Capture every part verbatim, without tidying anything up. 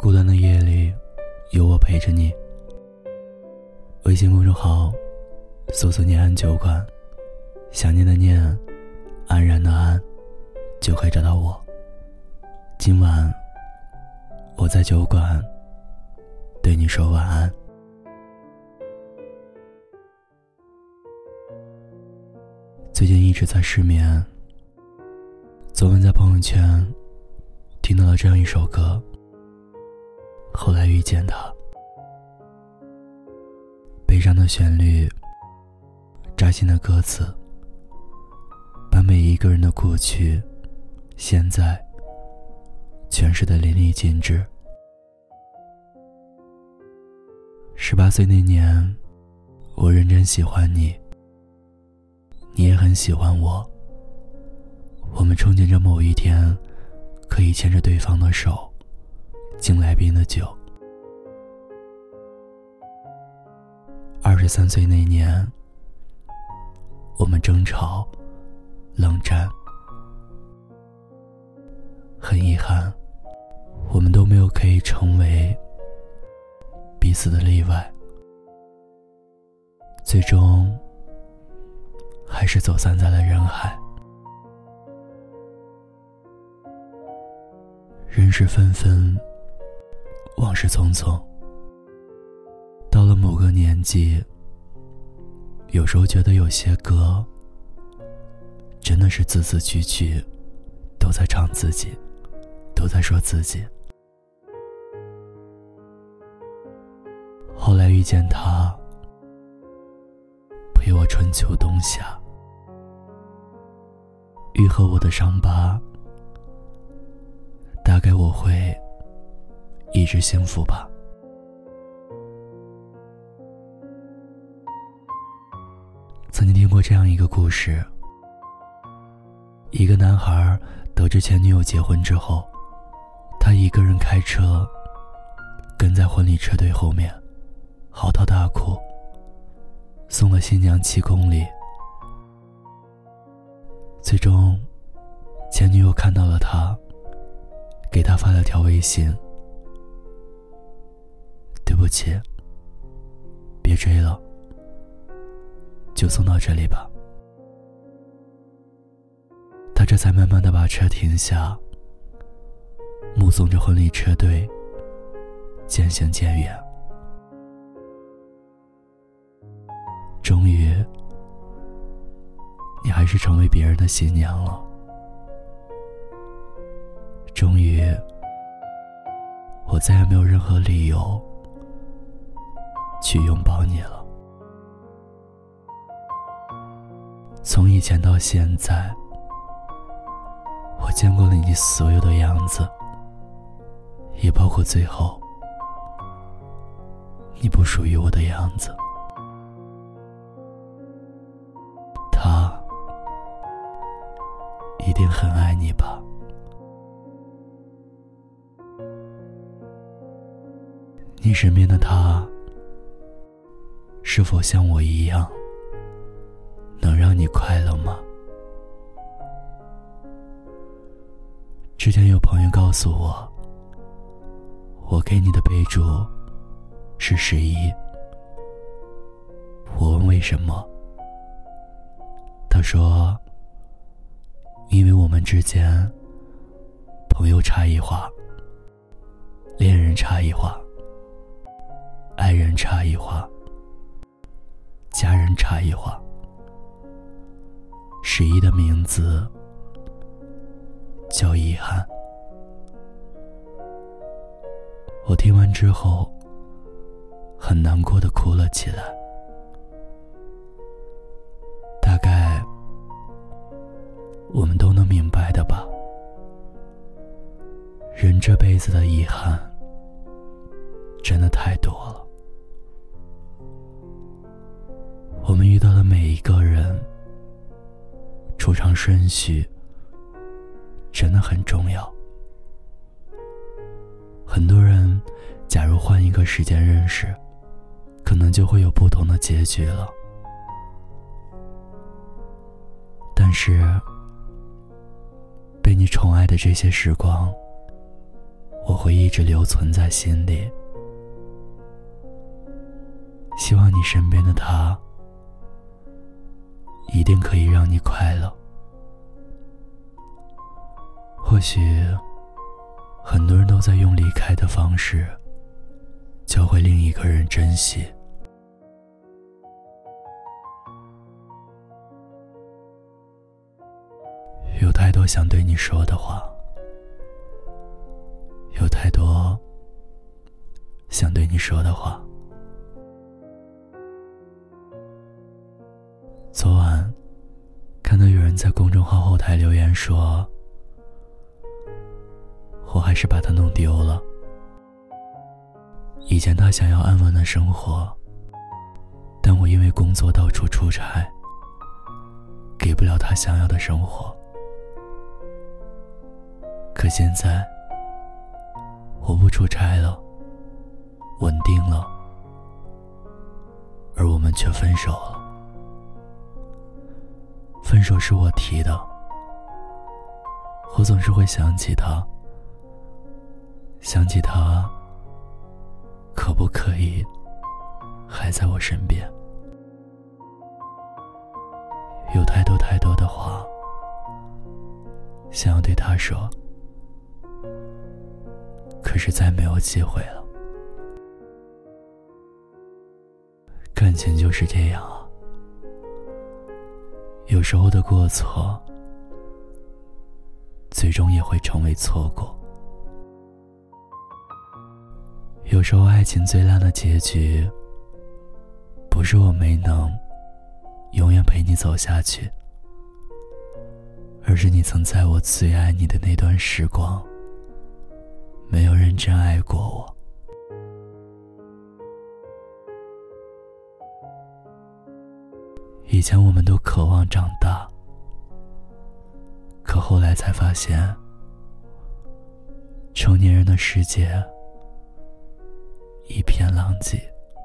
孤单的夜里，有我陪着你。微信公众号搜索念安酒馆，想念的念，安然的安，就可以找到我。今晚我在酒馆对你说晚安。最近一直在失眠，昨晚在朋友圈听到了这样一首歌，后来遇见他。悲伤的旋律，扎心的歌词，把每一个人的过去现在诠释得淋漓尽致。十八岁那年，我认真喜欢你，你也很喜欢我。我们憧憬着某一天可以牵着对方的手敬来宾的酒。二十三岁那年，我们争吵冷战，很遗憾，我们都没有可以成为彼此的例外，最终还是走散在了人海。人事纷纷，往事匆匆，到了某个年纪，有时候觉得有些歌真的是字字句句都在唱自己，都在说自己。后来遇见他，陪我春秋冬夏，愈合我的伤疤，大概我会一直幸福吧。曾经听过这样一个故事，一个男孩得知前女友结婚之后，他一个人开车跟在婚礼车队后面嚎啕大哭，送了新娘七公里。最终前女友看到了他，给他发了条微信：对不起，别追了，就送到这里吧。他这才慢慢地把车停下，目送着婚礼车队渐行渐远。终于，你还是成为别人的新娘了。终于，我再也没有任何理由去拥抱你了。从以前到现在，我见过了你所有的样子，也包括最后你不属于我的样子。他一定很爱你吧。你身边的他是否像我一样能让你快乐吗？之前有朋友告诉我，我给你的备注是十一。我问为什么，他说因为我们之间朋友差异化，恋人差异化，爱人差异化，家人差异化。十一的名字叫遗憾。我听完之后很难过地哭了起来。大概我们都能明白的吧，人这辈子的遗憾真的太多了。我们遇到的每一个人出场顺序真的很重要。很多人假如换一个时间认识，可能就会有不同的结局了。但是被你宠爱的这些时光， 我会一直留存在心里。希望你身边的他一定可以让你快乐。或许很多人都在用离开的方式教会另一个人珍惜。有太多想对你说的话，有太多想对你说的话。昨晚看到有人在公众号后台留言说，我还是把他弄丢了。以前他想要安稳的生活，但我因为工作到处出差，给不了他想要的生活。可现在我不出差了，稳定了，而我们却分手了。分手是我提的，我总是会想起他，想起他可不可以还在我身边。有太多太多的话想要对他说，可是再没有机会了。感情就是这样啊，有时候的过错最终也会成为错过。有时候爱情最烂的结局不是我没能永远陪你走下去，而是你曾在我最爱你的那段时光没有认真爱过我。以前我们都渴望长大，可后来才发现，成年人的世界一片狼藉。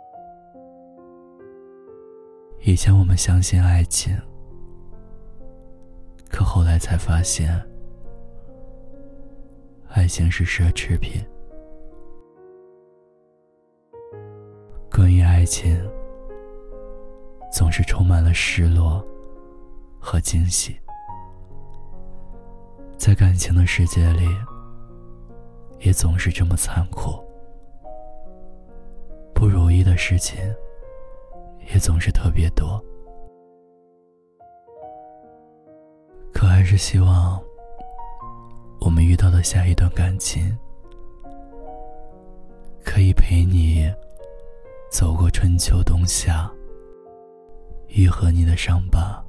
以前我们相信爱情，可后来才发现，爱情是奢侈品。关于爱情，总是充满了失落和惊喜。在感情的世界里，也总是这么残酷。不如意的事情也总是特别多。可还是希望我们遇到的下一段感情可以陪你走过春秋冬夏，愈合你的伤疤。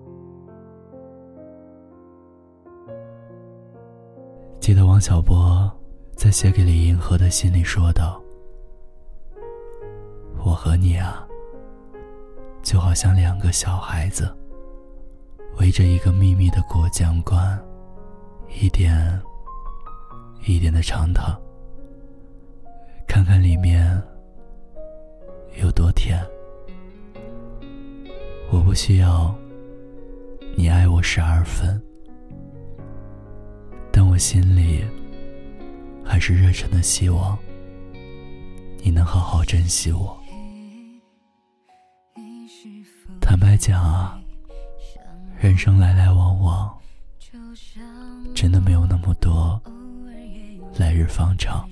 记得王小波在写给李银河的信里说道，我和你啊，就好像两个小孩子围着一个秘密的果酱罐，一点一点的尝它，看看里面有多甜。我不需要你爱我十二分，但我心里还是热忱的希望你能好好珍惜我。坦白讲啊，人生来来往往，真的没有那么多来日方长。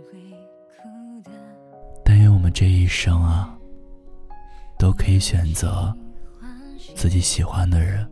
但愿我们这一生啊，都可以选择自己喜欢的人。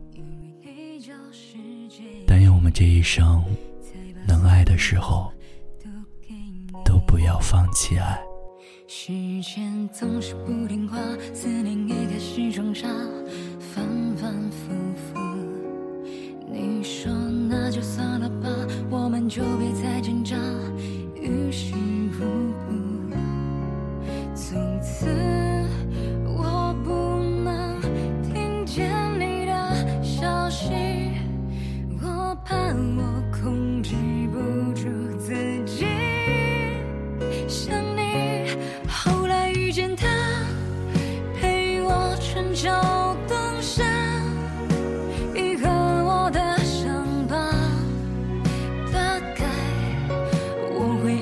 但愿我们这一生能爱的时候，都不要放弃爱。 时间总是不听话，思念也开始装傻，反反复复。你说那就算了吧，我们就别再挣扎，于事无补。从此我不能听见你的消息，我怕我控制不住自己想你。后来遇见他，陪我春秋冬夏，愈合我的伤疤。大概我会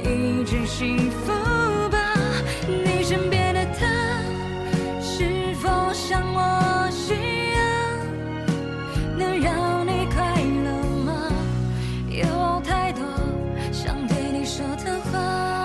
幸福吧。你身边的他是否像我一样，能让你快乐吗？有太多想对你说的话。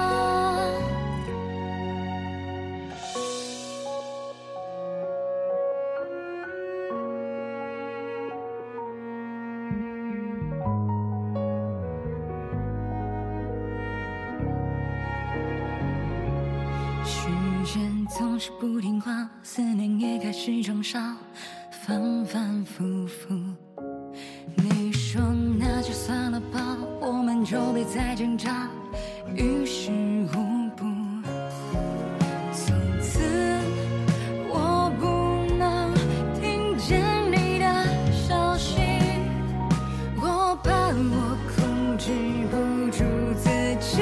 时间总是不听话，思念也开始装傻，反反复复。你说那就算了吧，我们就别再挣扎，于事无补。从此我不能听见你的消息，我怕我控制不住自己。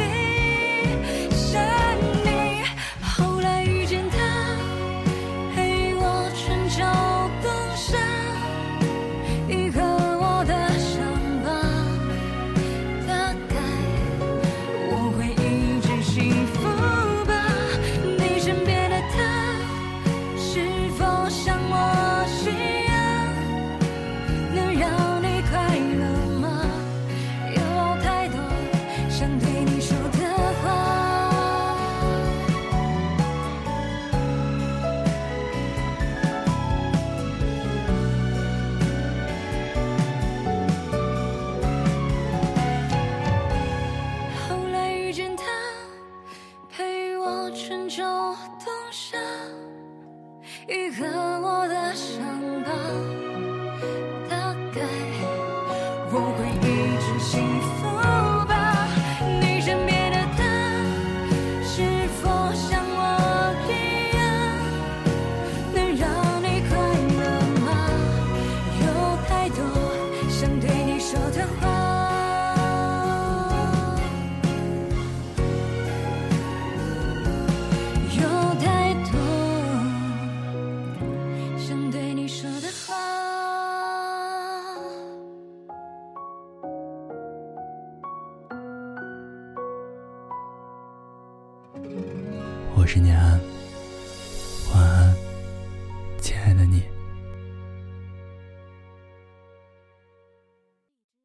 愈合我的伤疤，大概我会一直幸福吧。你身边的他是否像我一样，能让你快乐吗？有太多想对你说的话，有太多想对你说的话。 我是念安。